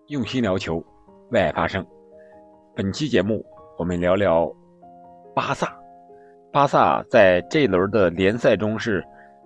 用心聊球，为爱发声。本期节目我们聊聊巴萨。巴萨在这一轮的联赛中是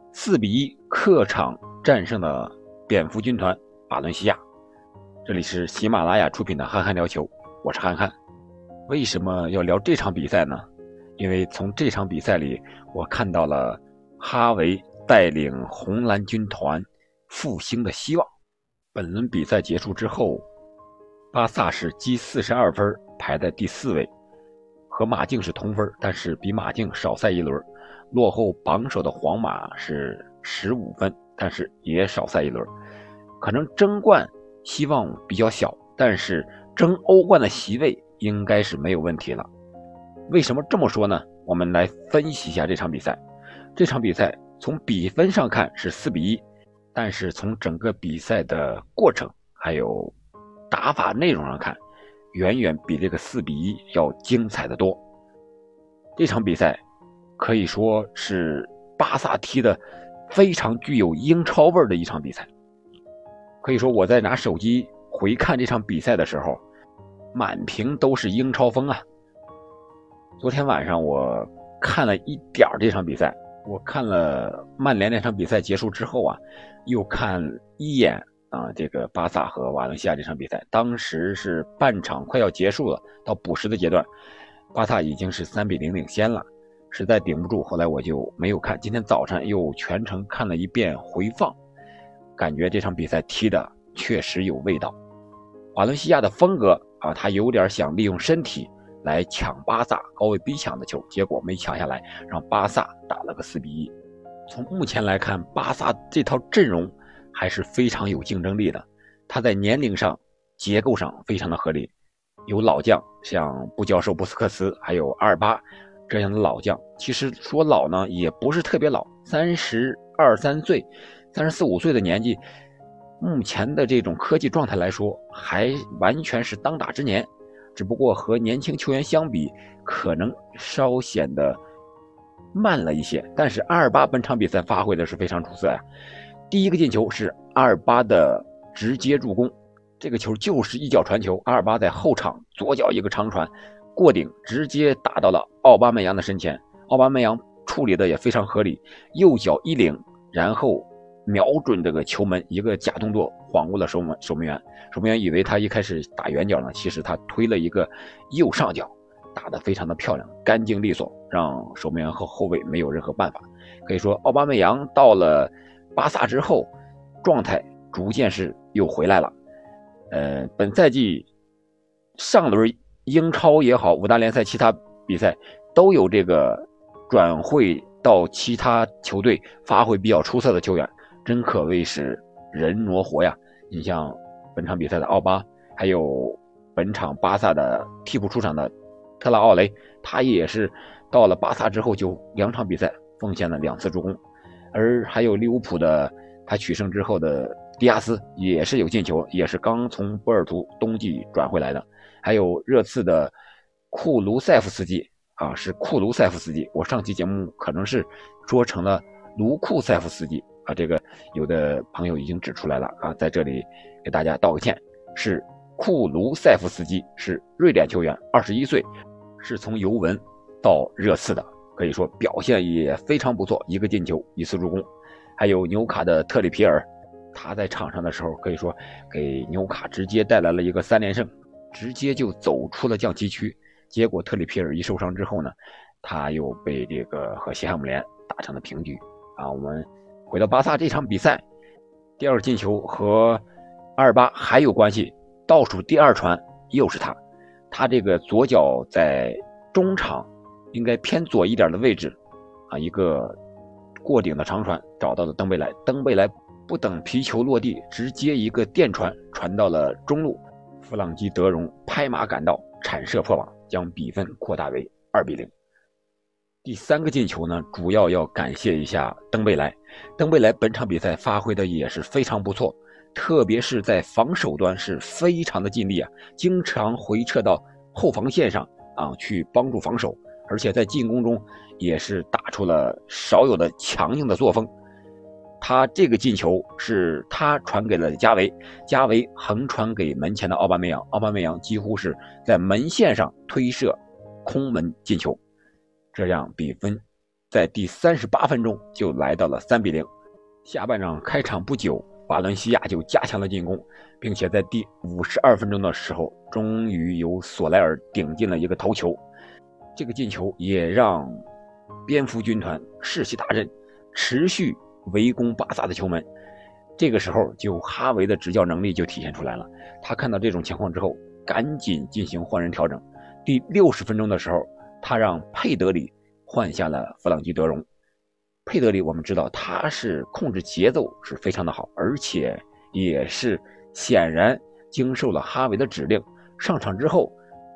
4-1客场战胜了蝙蝠军团瓦伦西亚。这里是喜马拉雅出品的憨憨聊球，我是憨憨。为什么要聊这场比赛呢？因为从这场比赛里我看到了哈维带领红蓝军团复兴的希望。本轮比赛结束之后，巴萨是积42分，排在第4位，和马竞是同分，但是比马竞少赛一轮，落后榜首的皇马是15分，但是也少赛一轮。可能争冠希望比较小，但是争欧冠的席位应该是没有问题了。为什么这么说呢？我们来分析一下这场比赛。这场比赛从比分上看是4-1，但是从整个比赛的过程还有打法内容上看，远远比这个4-1要精彩得多。这场比赛可以说是巴萨踢的非常具有英超味的一场比赛。可以说我在拿手机回看这场比赛的时候，满屏都是英超风啊。昨天晚上我看了一点这场比赛，我看了曼联那场比赛结束之后啊，又看一眼这个巴萨和瓦伦西亚这场比赛。当时是半场快要结束了，到补时的阶段，巴萨已经是3-0领先了，实在顶不住，后来我就没有看。今天早上又全程看了一遍回放，感觉这场比赛踢的确实有味道。瓦伦西亚的风格他有点想利用身体来抢巴萨高位逼抢的球，结果没抢下来，让巴萨打了个4-1。从目前来看，巴萨这套阵容还是非常有竞争力的。他在年龄上、结构上非常的合理，有老将像布教授、布斯克茨，还有阿尔巴这样的老将。其实说老呢，也不是特别老，32、3岁、34、5岁的年纪，目前的这种科技状态来说，还完全是当打之年。只不过和年轻球员相比，可能稍显得慢了一些。但是阿尔巴本场比赛发挥的是非常出色呀。第一个进球是阿尔巴的直接助攻，这个球就是一脚传球，阿尔巴在后场左脚一个长传过顶，直接打到了奥巴梅扬的身前。奥巴梅扬处理的也非常合理，右脚一领，然后瞄准这个球门，一个假动作晃过了守门员。守门员以为他一开始打远角呢，其实他推了一个右上角，打得非常的漂亮，干净利索，让守门员和后卫没有任何办法。可以说奥巴梅扬到了巴萨之后，状态逐渐是又回来了。本赛季上轮英超也好，五大联赛其他比赛都有这个转会到其他球队发挥比较出色的球员，真可谓是人挪活呀。你像本场比赛的奥巴，还有本场巴萨的替补出场的特拉奥雷，他也是到了巴萨之后就2场比赛奉献了2次助攻。而还有利物浦的他取胜之后的迪亚斯也是有进球，也是刚从波尔图冬季转回来的。还有热刺的库卢塞夫斯基是库卢塞夫斯基，我上期节目可能是说成了卢库塞夫斯基这个有的朋友已经指出来了在这里给大家道个歉，是库卢塞夫斯基，是瑞典球员，21岁，是从尤文到热刺的，可以说表现也非常不错，1个进球1次助攻。还有纽卡的特里皮尔，他在场上的时候可以说给纽卡直接带来了一个3连胜，直接就走出了降级区。结果特里皮尔一受伤之后呢，他又被这个和西汉姆联打成了平局我们回到巴萨这场比赛，第2个进球和阿尔巴还有关系，倒数第2传又是他这个左脚在中场应该偏左一点的位置一个过顶的长传找到了登贝莱，登贝莱不等皮球落地，直接一个电传传到了中路，弗朗基德容拍马赶到，铲射破网，将比分扩大为2-0。第3个进球呢，主要感谢一下登贝莱。登贝莱本场比赛发挥的也是非常不错，特别是在防守端是非常的尽力经常回撤到后防线上去帮助防守，而且在进攻中也是打出了少有的强硬的作风。 他这个进球是他传给了加维，加维横传给门前的奥巴梅扬，奥巴梅扬几乎是在门线上推射空门进球，这样比分在第38分钟就来到了3-0。下半场开场不久，瓦伦西亚就加强了进攻，并且在第52分钟的时候，终于由索莱尔顶进了一个头球。这个进球也让蝙蝠军团士气大振，持续围攻巴萨的球门。这个时候就哈维的执教能力就体现出来了，他看到这种情况之后赶紧进行换人调整。第60分钟的时候，他让佩德里换下了弗朗基德容。佩德里我们知道他是控制节奏是非常的好，而且也是显然经受了哈维的指令，上场之后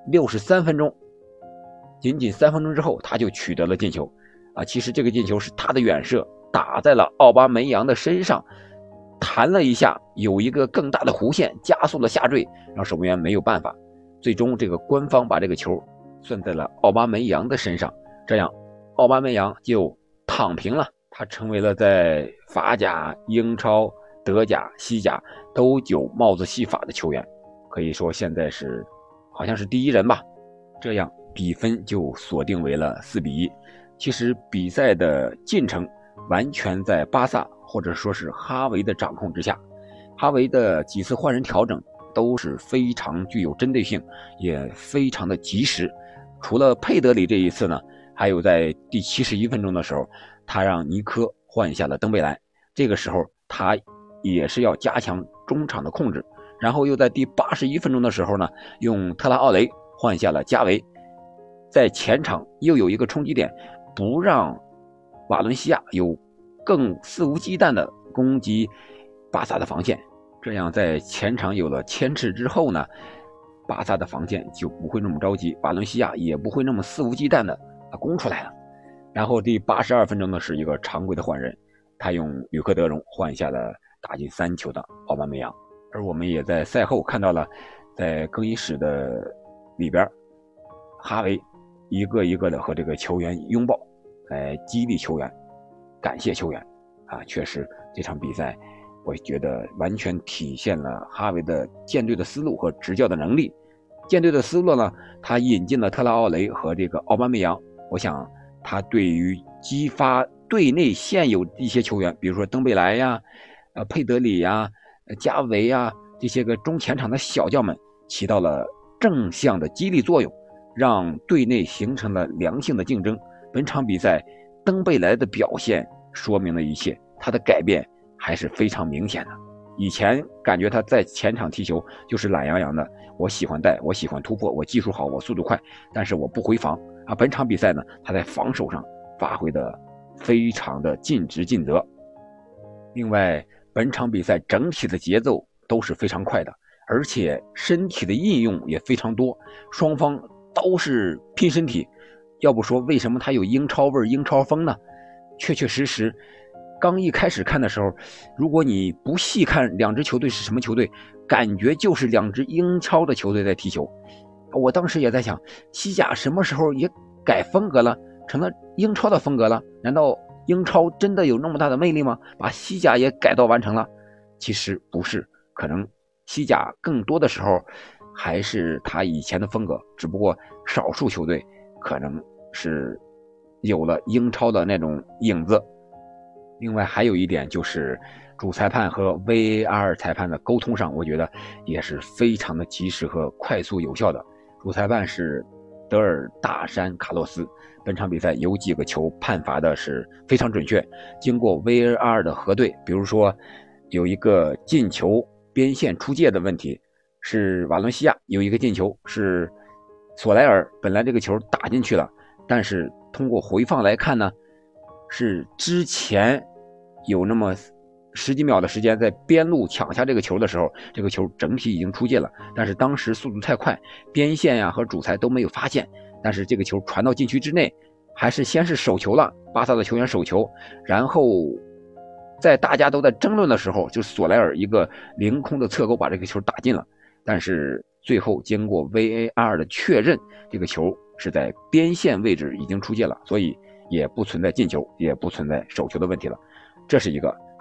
63分钟，仅仅3分钟之后他就取得了进球其实这个进球是他的远射打在了奥巴梅扬的身上，弹了一下，有一个更大的弧线加速了下坠，让守门员没有办法。最终这个官方把这个球算在了奥巴梅扬的身上，这样奥巴梅扬就躺平了，他成为了在法甲、英超、德甲、西甲都有帽子戏法的球员，可以说现在是好像是第一人吧。这样比分就锁定为了4-1。其实比赛的进程完全在巴萨或者说是哈维的掌控之下，哈维的几次换人调整都是非常具有针对性，也非常的及时。除了佩德里这一次呢，还有在第71分钟的时候，他让尼科换下了登贝莱，这个时候他也是要加强中场的控制。然后又在第81分钟的时候呢，用特拉奥雷换下了加维，在前场又有一个冲击点，不让瓦伦西亚有更肆无忌惮的攻击巴萨的防线。这样在前场有了牵制之后呢，巴萨的防线就不会那么着急，瓦伦西亚也不会那么肆无忌惮的攻出来了。然后第82分钟的是一个常规的换人，他用吕克德容换下了打进3球的奥巴梅扬。而我们也在赛后看到了，在更衣室的里边，哈维一个一个的和这个球员拥抱，来激励球员，感谢球员确实这场比赛我觉得完全体现了哈维的建队的思路和执教的能力。建队的思路呢，他引进了特拉奥雷和这个奥巴梅扬，我想他对于激发队内现有一些球员，比如说登贝莱呀、佩德里呀、加维呀，这些个中前场的小将们起到了正向的激励作用，让队内形成了良性的竞争。本场比赛登贝莱的表现说明了一切，他的改变还是非常明显的。以前感觉他在前场踢球就是懒洋洋的，我喜欢带，我喜欢突破，我技术好，我速度快，但是我不回防本场比赛呢，他在防守上发挥的非常的尽职尽责。另外本场比赛整体的节奏都是非常快的，而且身体的应用也非常多，双方都是拼身体。要不说为什么他有英超味、英超风呢？确确实实刚一开始看的时候，如果你不细看两支球队是什么球队，感觉就是两支英超的球队在踢球。我当时也在想，西甲什么时候也改风格了，成了英超的风格了？难道英超真的有那么大的魅力吗？把西甲也改造完成了？其实不是，可能西甲更多的时候还是他以前的风格，只不过少数球队可能是有了英超的那种影子。另外还有一点就是主裁判和 VAR 裁判的沟通上，我觉得也是非常的及时和快速有效的。主裁判是德尔大山卡洛斯，本场比赛有几个球判罚的是非常准确，经过 VAR 的核对，比如说有一个进球边线出界的问题是瓦伦西亚，有一个进球是索莱尔，本来这个球打进去了，但是通过回放来看呢，是之前有那么10几秒的时间在边路抢下这个球的时候，这个球整体已经出界了，但是当时速度太快，边线和主裁都没有发现，但是这个球传到禁区之内，还是先是手球了，巴萨的球员手球，然后在大家都在争论的时候，就索莱尔一个凌空的侧勾把这个球打进了，但是最后经过 VAR 的确认，这个球是在边线位置已经出界了，所以也不存在进球，也不存在手球的问题了。这是一个。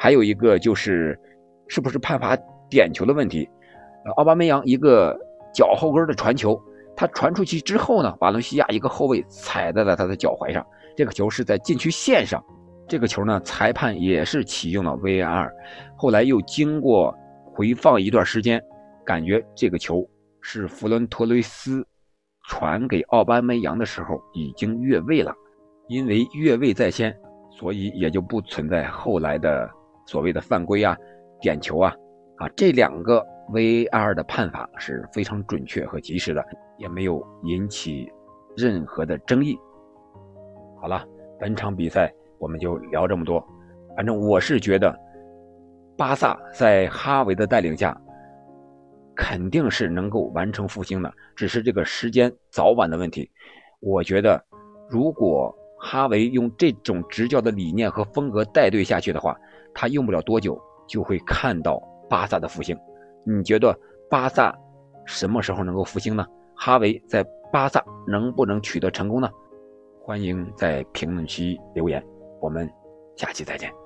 还有一个就是是不是判罚点球的问题。奥巴梅扬一个脚后跟的传球，他传出去之后呢，瓦伦西亚一个后卫踩在了他的脚踝上，这个球是在禁区线上。这个球呢，裁判也是启用了 VAR， 后来又经过回放一段时间，感觉这个球是弗伦托雷斯传给奥巴梅扬的时候已经越位了，因为越位在先，所以也就不存在后来的所谓的犯规啊、点球啊。这两个 VAR 的判罚是非常准确和及时的，也没有引起任何的争议。好了，本场比赛我们就聊这么多。反正我是觉得巴萨在哈维的带领下肯定是能够完成复兴的，只是这个时间早晚的问题。我觉得如果哈维用这种执教的理念和风格带队下去的话，他用不了多久就会看到巴萨的复兴。你觉得巴萨什么时候能够复兴呢？哈维在巴萨能不能取得成功呢？欢迎在评论区留言，我们下期再见。